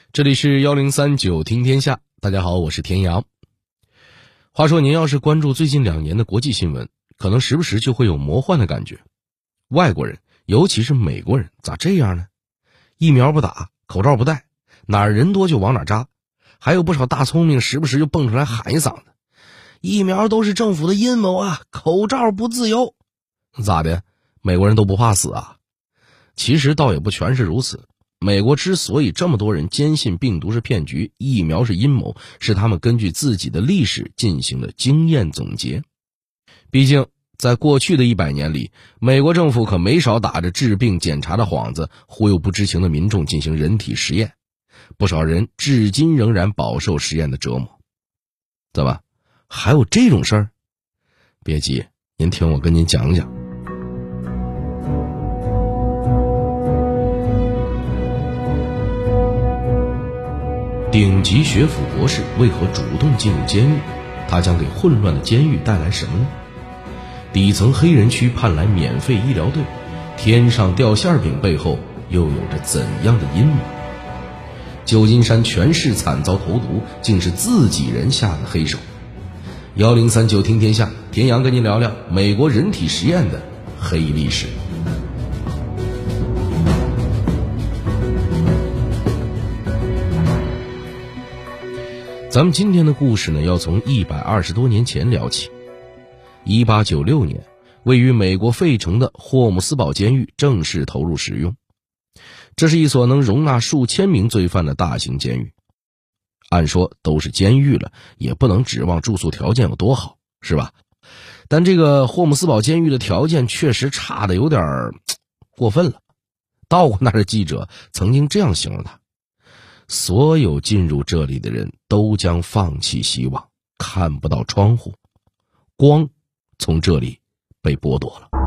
这里是1039听天下，大家好，我是田阳。话说您要是关注最近2年的国际新闻，可能时不时就会有魔幻的感觉。外国人，尤其是美国人，咋这样呢？疫苗不打，口罩不戴，哪儿人多就往哪儿扎，还有不少大聪明时不时就蹦出来喊一嗓子，疫苗都是政府的阴谋啊，口罩不自由。咋的？美国人都不怕死啊？其实倒也不全是如此。美国之所以这么多人坚信病毒是骗局，疫苗是阴谋，是他们根据自己的历史进行了经验总结。毕竟在过去的100年里，美国政府可没少打着治病检查的幌子，忽悠不知情的民众进行人体实验，不少人至今仍然饱受实验的折磨。怎么还有这种事儿？别急，您听我跟您讲讲。顶级学府博士为何主动进入监狱？他将给混乱的监狱带来什么呢？底层黑人区盼来免费医疗队，天上掉馅饼背后又有着怎样的阴谋？旧金山全市惨遭投毒，竟是自己人下的黑手。1039听天下，田阳跟您聊聊美国人体实验的黑历史。咱们今天的故事呢，要从120多年前聊起。1896年，位于美国费城的霍姆斯堡监狱正式投入使用。这是一所能容纳数千名罪犯的大型监狱。按说都是监狱了，也不能指望住宿条件有多好，是吧？但这个霍姆斯堡监狱的条件确实差的有点过分了。到过那儿的记者曾经这样形容他：所有进入这里的人都将放弃希望，看不到窗户，光从这里被剥夺了。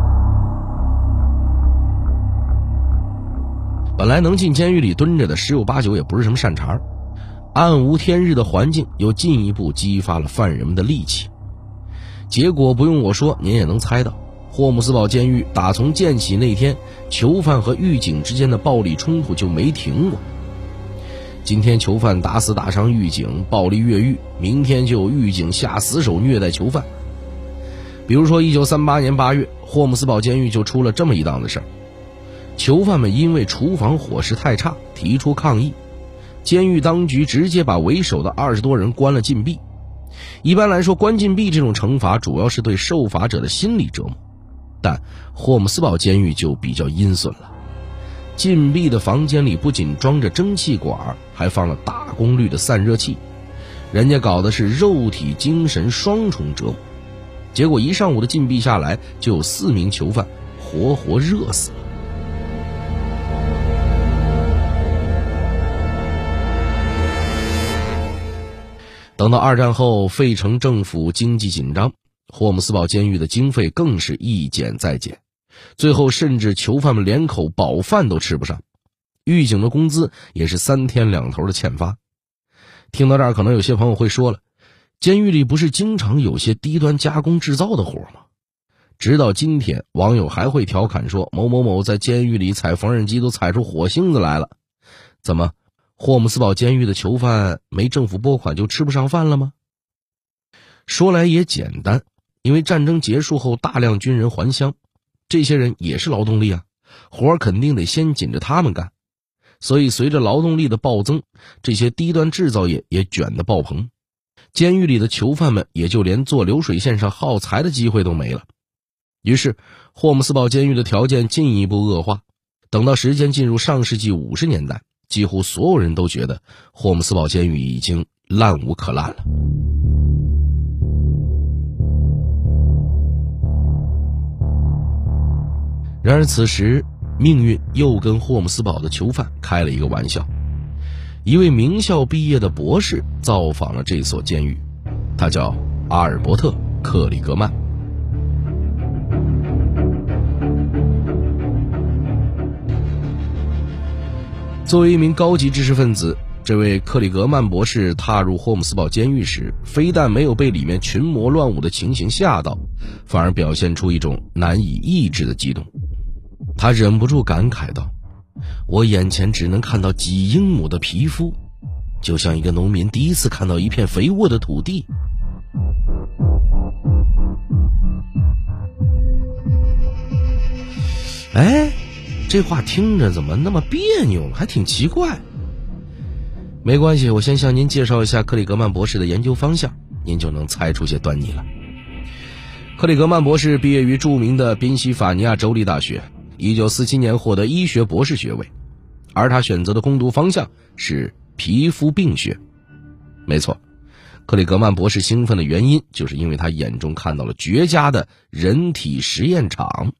本来能进监狱里蹲着的十有八九也不是什么善茬，暗无天日的环境又进一步激发了犯人们的戾气。结果不用我说，您也能猜到，霍姆斯堡监狱打从建起那天，囚犯和狱警之间的暴力冲突就没停过。今天囚犯打死打伤狱警，暴力越狱，明天就有狱警下死手虐待囚犯。比如说1938年8月，霍姆斯堡监狱就出了这么一档子事儿。囚犯们因为厨房伙食太差提出抗议，监狱当局直接把为首的20多人关了禁闭。一般来说，关禁闭这种惩罚主要是对受罚者的心理折磨，但霍姆斯堡监狱就比较阴损了。禁闭的房间里不仅装着蒸汽管，还放了大功率的散热器，人家搞的是肉体精神双重折磨。结果一上午的禁闭下来，就有4名囚犯活活热死了。等到2战后，费城政府经济紧张，霍姆斯堡监狱的经费更是一减再减，最后甚至囚犯们连口饱饭都吃不上，狱警的工资也是3天2头的欠发。听到这儿，可能有些朋友会说了，监狱里不是经常有些低端加工制造的活吗？直到今天，网友还会调侃说某某某在监狱里踩缝纫机都踩出火星子来了。怎么，霍姆斯堡监狱的囚犯没政府拨款就吃不上饭了吗？说来也简单，因为战争结束后大量军人还乡，这些人也是劳动力啊，活儿肯定得先紧着他们干。所以随着劳动力的暴增，这些低端制造业也卷得爆棚，监狱里的囚犯们也就连做流水线上耗材的机会都没了。于是霍姆斯堡监狱的条件进一步恶化。等到时间进入上世纪50年代，几乎所有人都觉得霍姆斯堡监狱已经烂无可烂了。然而此时命运又跟霍姆斯堡的囚犯开了一个玩笑。一位名校毕业的博士造访了这所监狱，他叫阿尔伯特·克里格曼。作为一名高级知识分子，这位克里格曼博士踏入霍姆斯堡监狱时，非但没有被里面群魔乱舞的情形吓到，反而表现出一种难以抑制的激动。他忍不住感慨道： 我眼前只能看到几英亩的皮肤，就像一个农民第一次看到一片肥沃的土地。哎，这话听着怎么那么别扭，还挺奇怪。没关系，我先向您介绍一下克里格曼博士的研究方向，您就能猜出些端倪了。克里格曼博士毕业于著名的宾夕法尼亚州立大学，1947年获得医学博士学位，而他选择的攻读方向是皮肤病学。没错，克里格曼博士兴奋的原因就是因为他眼中看到了绝佳的人体实验场。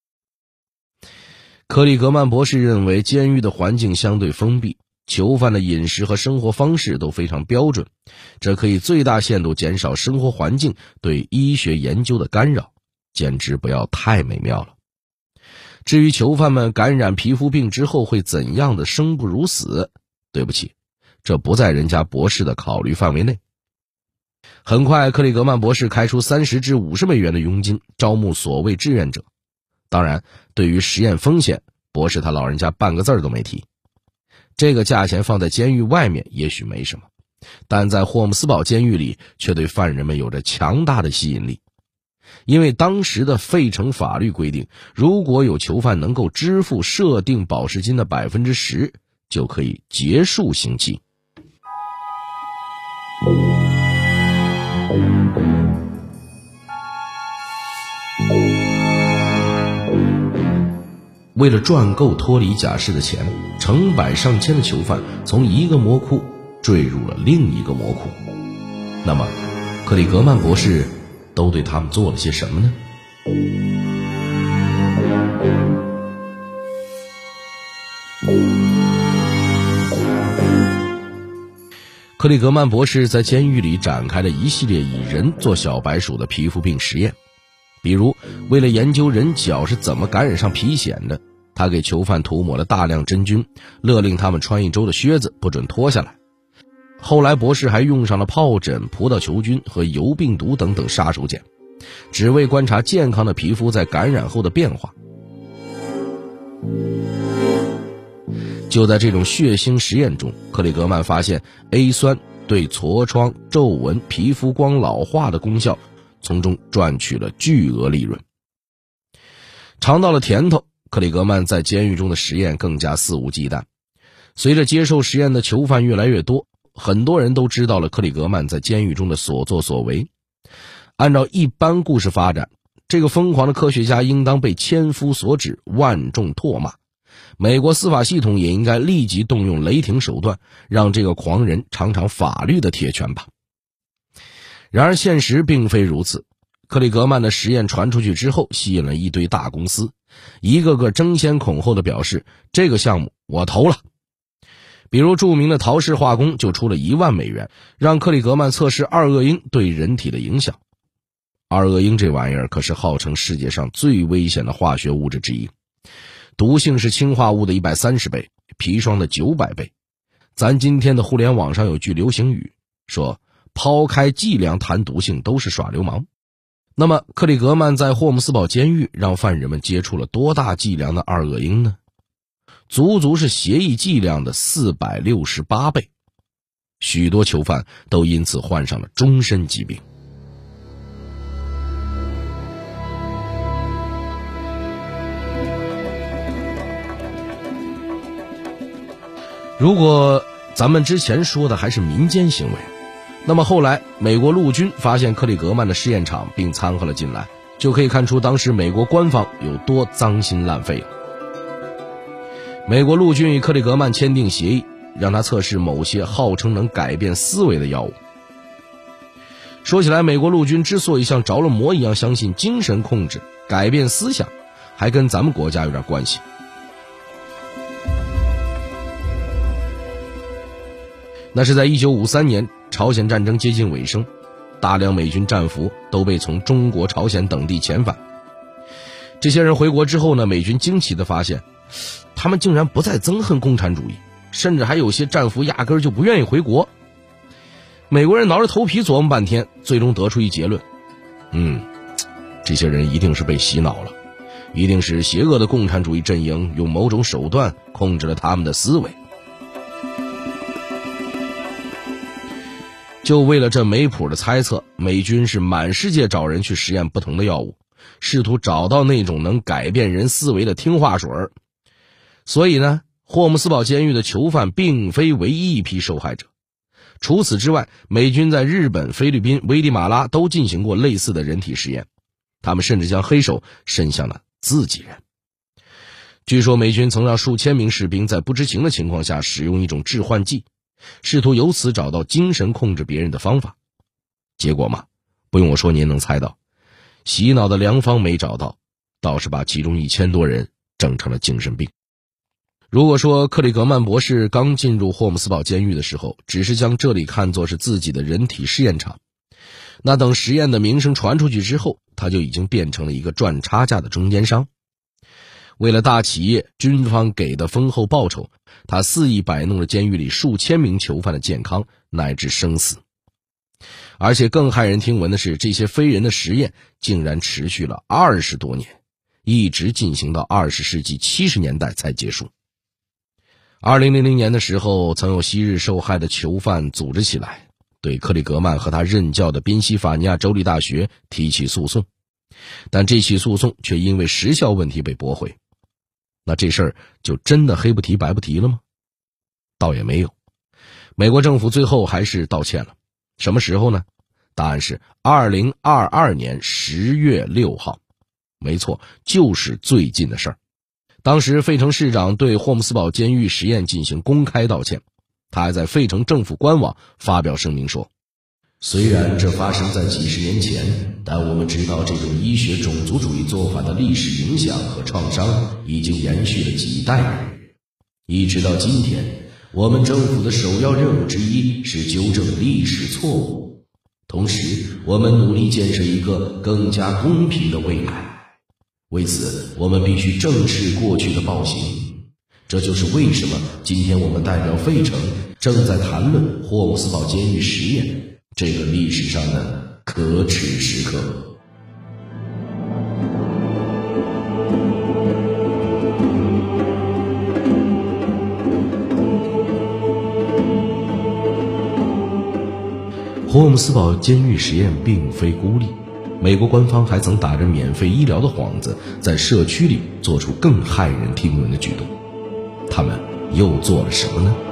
克里格曼博士认为监狱的环境相对封闭，囚犯的饮食和生活方式都非常标准，这可以最大限度减少生活环境对医学研究的干扰，简直不要太美妙了。至于囚犯们感染皮肤病之后会怎样的生不如死，对不起，这不在人家博士的考虑范围内。很快，克里格曼博士开出30至50美元的佣金，招募所谓志愿者。当然，对于实验风险，博士他老人家半个字都没提。这个价钱放在监狱外面也许没什么，但在霍姆斯堡监狱里却对犯人们有着强大的吸引力。因为当时的费城法律规定，如果有囚犯能够支付设定保释金的 10%， 就可以结束刑期。为了赚够脱离假释的钱，成百上千的囚犯从一个魔窟坠入了另一个魔窟。那么，克里格曼博士都对他们做了些什么呢？克里格曼博士在监狱里展开了一系列以人做小白鼠的皮肤病实验。比如，为了研究人脚是怎么感染上皮癣的，他给囚犯涂抹了大量真菌，勒令他们穿1周的靴子不准脱下来。后来博士还用上了疱疹、葡萄球菌和疣病毒等等杀手锏，只为观察健康的皮肤在感染后的变化。就在这种血腥实验中，克里格曼发现 A 酸对痤疮、皱纹、皮肤光老化的功效，从中赚取了巨额利润。尝到了甜头，克里格曼在监狱中的实验更加肆无忌惮。随着接受实验的囚犯越来越多，很多人都知道了克里格曼在监狱中的所作所为。按照一般故事发展，这个疯狂的科学家应当被千夫所指，万众唾骂。美国司法系统也应该立即动用雷霆手段，让这个狂人尝尝法律的铁拳吧。然而现实并非如此，克里格曼的实验传出去之后，吸引了一堆大公司，一个个争先恐后的表示这个项目我投了。比如著名的陶氏化工就出了1万美元，让克里格曼测试二恶英对人体的影响。二恶英这玩意儿可是号称世界上最危险的化学物质之一，毒性是氰化物的130倍，砒霜的900倍。咱今天的互联网上有句流行语，说抛开剂量谈毒性都是耍流氓。那么克里格曼在霍姆斯堡监狱让犯人们接触了多大剂量的二恶英呢？足足是协议剂量的468倍，许多囚犯都因此患上了终身疾病。如果咱们之前说的还是民间行为，那么后来美国陆军发现克里格曼的试验场并掺和了进来，就可以看出当时美国官方有多脏心烂肺了。美国陆军与克里格曼签订协议，让他测试某些号称能改变思维的药物。说起来，美国陆军之所以像着了魔一样相信精神控制、改变思想，还跟咱们国家有点关系。那是在1953年，朝鲜战争接近尾声，大量美军战俘都被从中国、朝鲜等地遣返。这些人回国之后呢，美军惊奇地发现，他们竟然不再憎恨共产主义，甚至还有些战俘压根就不愿意回国。美国人挠着头皮琢磨半天，最终得出一结论：这些人一定是被洗脑了，一定是邪恶的共产主义阵营用某种手段控制了他们的思维。就为了这没谱的猜测，美军是满世界找人去实验不同的药物，试图找到那种能改变人思维的听话水儿。所以呢，霍姆斯堡监狱的囚犯并非唯一一批受害者。除此之外，美军在日本、菲律宾、危地马拉都进行过类似的人体实验，他们甚至将黑手伸向了自己人。据说美军曾让数千名士兵在不知情的情况下使用一种致幻剂，试图由此找到精神控制别人的方法。结果嘛，不用我说，您能猜到，洗脑的良方没找到，倒是把其中1000多人整成了精神病。如果说克里格曼博士刚进入霍姆斯堡监狱的时候，只是将这里看作是自己的人体试验场，那等实验的名声传出去之后，他就已经变成了一个赚差价的中间商。为了大企业军方给的丰厚报酬，他肆意摆弄了监狱里数千名囚犯的健康乃至生死。而且更骇人听闻的是，这些非人的实验竟然持续了20多年，一直进行到20世纪70年代才结束。2000年的时候，曾有昔日受害的囚犯组织起来，对克里格曼和他任教的宾夕法尼亚州立大学提起诉讼，但这起诉讼却因为时效问题被驳回。那这事儿就真的黑不提白不提了吗？倒也没有，美国政府最后还是道歉了。什么时候呢？答案是2022年10月6号，没错，就是最近的事儿。当时费城市长对霍姆斯堡监狱实验进行公开道歉，他还在费城政府官网发表声明说，虽然这发生在几十年前，但我们知道这种医学种族主义做法的历史影响和创伤已经延续了几代人。一直到今天，我们政府的首要任务之一是纠正历史错误，同时我们努力建设一个更加公平的未来。为此，我们必须正视过去的暴行。这就是为什么今天我们代表费城正在谈论霍姆斯堡监狱实验这个历史上的可耻时刻。霍姆斯堡监狱实验并非孤立，美国官方还曾打着免费医疗的幌子，在社区里做出更骇人听闻的举动。他们又做了什么呢？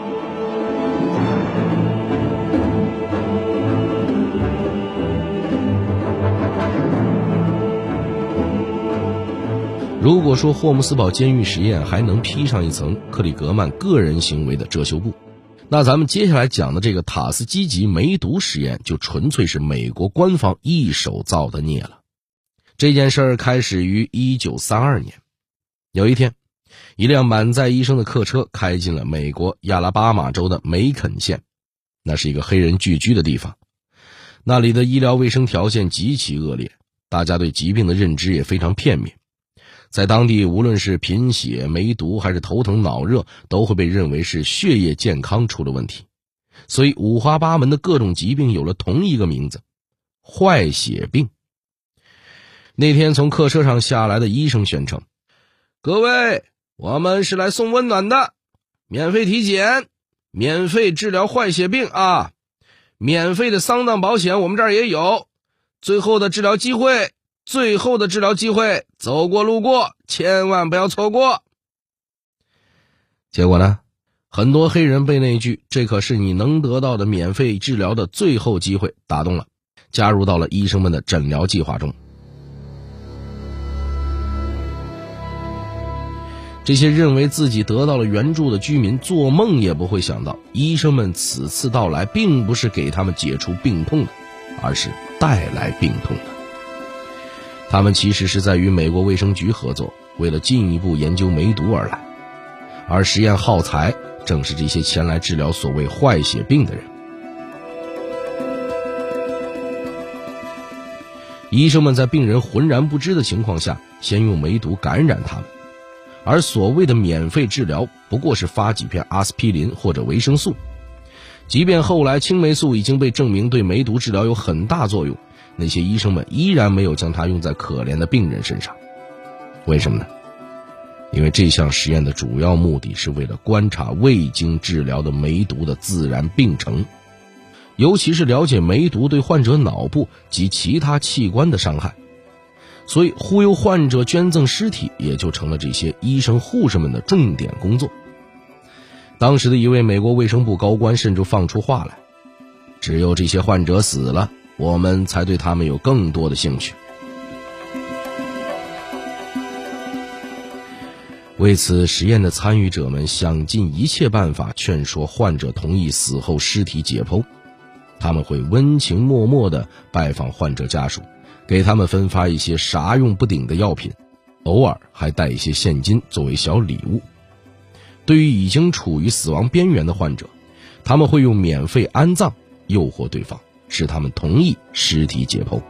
如果说霍姆斯堡监狱实验还能披上一层克里格曼个人行为的遮羞布，那咱们接下来讲的这个塔斯基吉梅毒实验就纯粹是美国官方一手造的孽了。这件事儿开始于1932年，有一天，一辆满载医生的客车开进了美国亚拉巴马州的梅肯县，那是一个黑人聚居的地方，那里的医疗卫生条件极其恶劣，大家对疾病的认知也非常片面。在当地，无论是贫血、梅毒还是头疼脑热，都会被认为是血液健康出了问题，所以五花八门的各种疾病有了同一个名字——坏血病。那天从客车上下来的医生宣称，各位，我们是来送温暖的，免费体检，免费治疗坏血病啊，免费的丧葬保险我们这儿也有，最后的治疗机会，走过路过千万不要错过。结果呢，很多黑人被那句这可是你能得到的免费治疗的最后机会打动了，加入到了医生们的诊疗计划中。这些认为自己得到了援助的居民做梦也不会想到，医生们此次到来并不是给他们解除病痛的，而是带来病痛的。他们其实是在与美国卫生局合作，为了进一步研究梅毒而来，而实验耗材正是这些前来治疗所谓坏血病的人。医生们在病人浑然不知的情况下，先用梅毒感染他们，而所谓的免费治疗不过是发几片阿司匹林或者维生素。即便后来青霉素已经被证明对梅毒治疗有很大作用，那些医生们依然没有将它用在可怜的病人身上。为什么呢？ 因为这项实验的主要目的是为了观察未经治疗的梅毒的自然病程，尤其是了解梅毒对患者脑部及其他器官的伤害。所以忽悠患者捐赠尸体也就成了这些医生护士们的重点工作。当时的一位美国卫生部高官甚至放出话来，只有这些患者死了，我们才对他们有更多的兴趣。为此，实验的参与者们想尽一切办法劝说患者同意死后尸体解剖。他们会温情脉脉地拜访患者家属，给他们分发一些啥用不顶的药品，偶尔还带一些现金作为小礼物。对于已经处于死亡边缘的患者，他们会用免费安葬诱惑对方，使他们同意尸体解剖。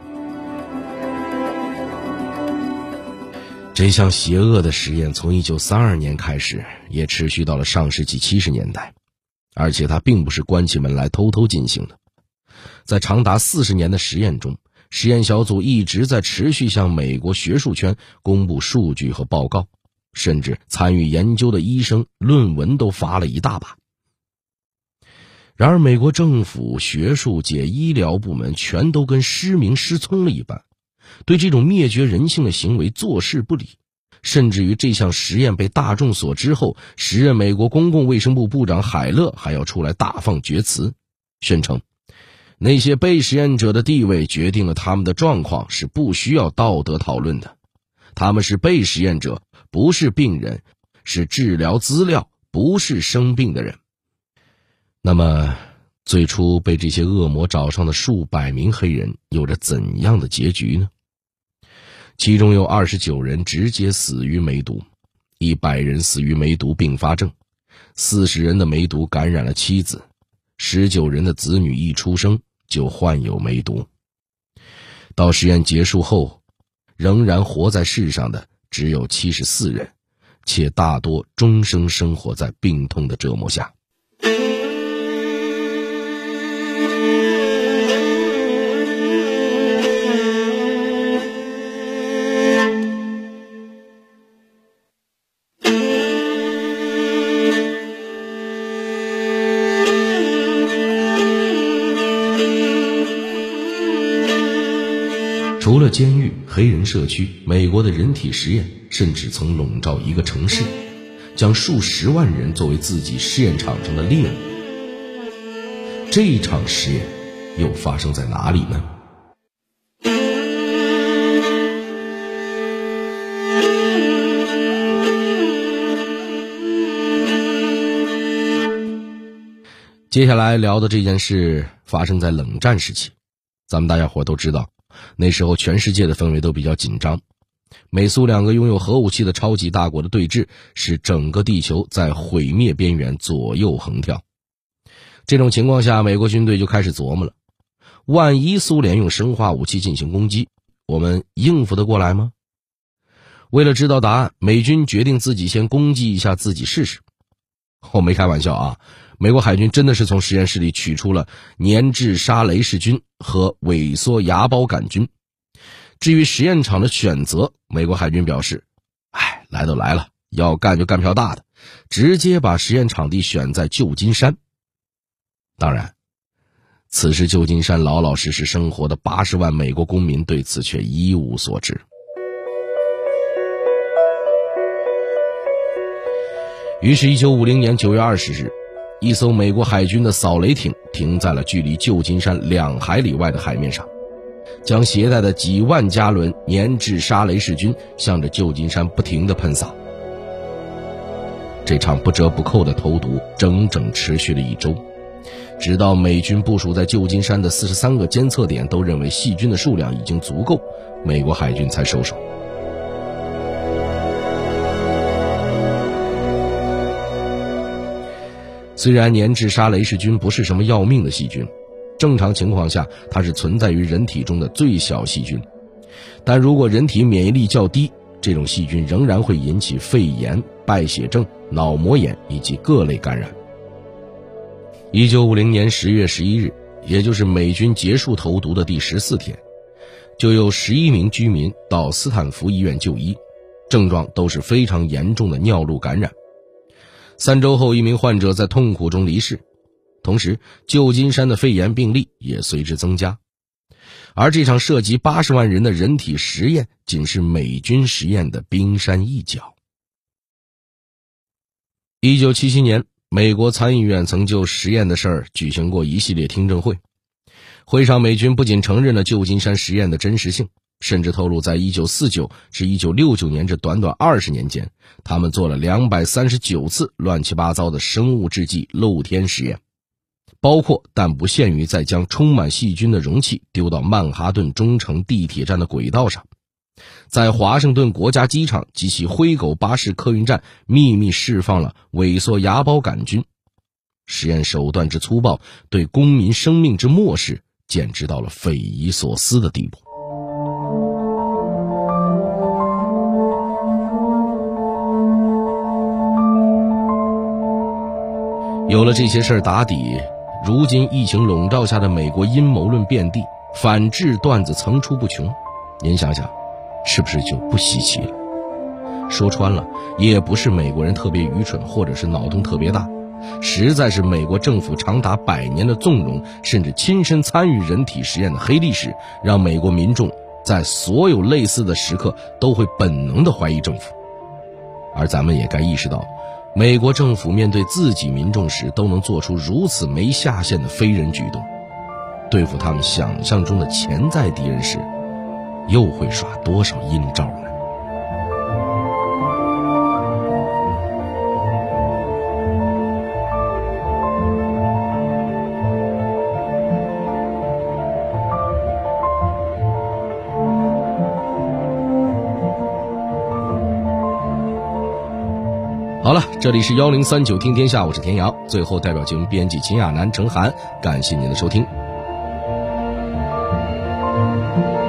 这项邪恶的实验从1932年开始，也持续到了上世纪70年代，而且它并不是关起门来偷偷进行的。在长达40年的实验中，实验小组一直在持续向美国学术圈公布数据和报告，甚至参与研究的医生论文都发了一大把。然而美国政府、学术界、医疗部门全都跟失明失聪了一般，对这种灭绝人性的行为坐视不理。甚至于这项实验被大众所知后，时任美国公共卫生部部长海勒还要出来大放厥词，宣称那些被实验者的地位决定了他们的状况是不需要道德讨论的，他们是被实验者，不是病人，是治疗资料，不是生病的人。那么最初被这些恶魔找上的数百名黑人有着怎样的结局呢？其中有29人直接死于梅毒，100人死于梅毒并发症，40人的梅毒感染了妻子，19人的子女一出生就患有梅毒。到实验结束后，仍然活在世上的只有74人，且大多终生生活在病痛的折磨下。除了监狱、黑人社区，美国的人体实验甚至曾笼罩一个城市，将数十万人作为自己试验场上的猎物。这一场实验又发生在哪里呢？接下来聊的这件事发生在冷战时期，咱们大家伙都知道，那时候全世界的氛围都比较紧张，美苏两个拥有核武器的超级大国的对峙，使整个地球在毁灭边缘左右横跳。这种情况下，美国军队就开始琢磨了，万一苏联用生化武器进行攻击，我们应付得过来吗？为了知道答案，美军决定自己先攻击一下自己试试。我没开玩笑啊，美国海军真的是从实验室里取出了粘质沙雷氏菌和萎缩芽孢杆菌。至于实验场的选择，美国海军表示，来都来了，要干就干票大的，直接把实验场地选在旧金山。当然，此时旧金山老老实实生活的80万美国公民对此却一无所知。于是1950年9月20日，一艘美国海军的扫雷艇停在了距离旧金山2海里外的海面上，将携带的几万加仑粘质沙雷氏菌向着旧金山不停地喷洒。这场不折不扣的投毒整整持续了1周，直到美军部署在旧金山的43个监测点都认为细菌的数量已经足够，美国海军才收手。虽然粘质沙雷氏菌不是什么要命的细菌，正常情况下它是存在于人体中的最小细菌，但如果人体免疫力较低，这种细菌仍然会引起肺炎、败血症、脑膜炎以及各类感染。1950年10月11日，也就是美军结束投毒的第14天，就有11名居民到斯坦福医院就医， 症状都是非常严重的尿路感染。3周后，一名患者在痛苦中离世，同时旧金山的肺炎病例也随之增加。而这场涉及80万人的人体实验仅是美军实验的冰山一角。1977年，美国参议院曾就实验的事儿举行过一系列听证会。会上，美军不仅承认了旧金山实验的真实性，甚至透露在1949至1969年这短短20年间，他们做了239次乱七八糟的生物制剂露天实验，包括但不限于在将充满细菌的容器丢到曼哈顿中城地铁站的轨道上，在华盛顿国家机场及其灰狗巴士客运站秘密释放了萎缩芽孢杆菌。实验手段之粗暴，对公民生命之漠视，简直到了匪夷所思的地步。有了这些事儿打底，如今疫情笼罩下的美国阴谋论遍地，反制段子层出不穷。您想想，是不是就不稀奇了？说穿了，也不是美国人特别愚蠢，或者是脑洞特别大，实在是美国政府长达100年的纵容，甚至亲身参与人体实验的黑历史，让美国民众在所有类似的时刻都会本能地怀疑政府。而咱们也该意识到，美国政府面对自己民众时都能做出如此没下限的非人举动，对付他们想象中的潜在敌人时，又会耍多少阴招呢？好了，这里是1039听天下，我是田阳。最后代表节目编辑秦亚楠、程涵，感谢您的收听。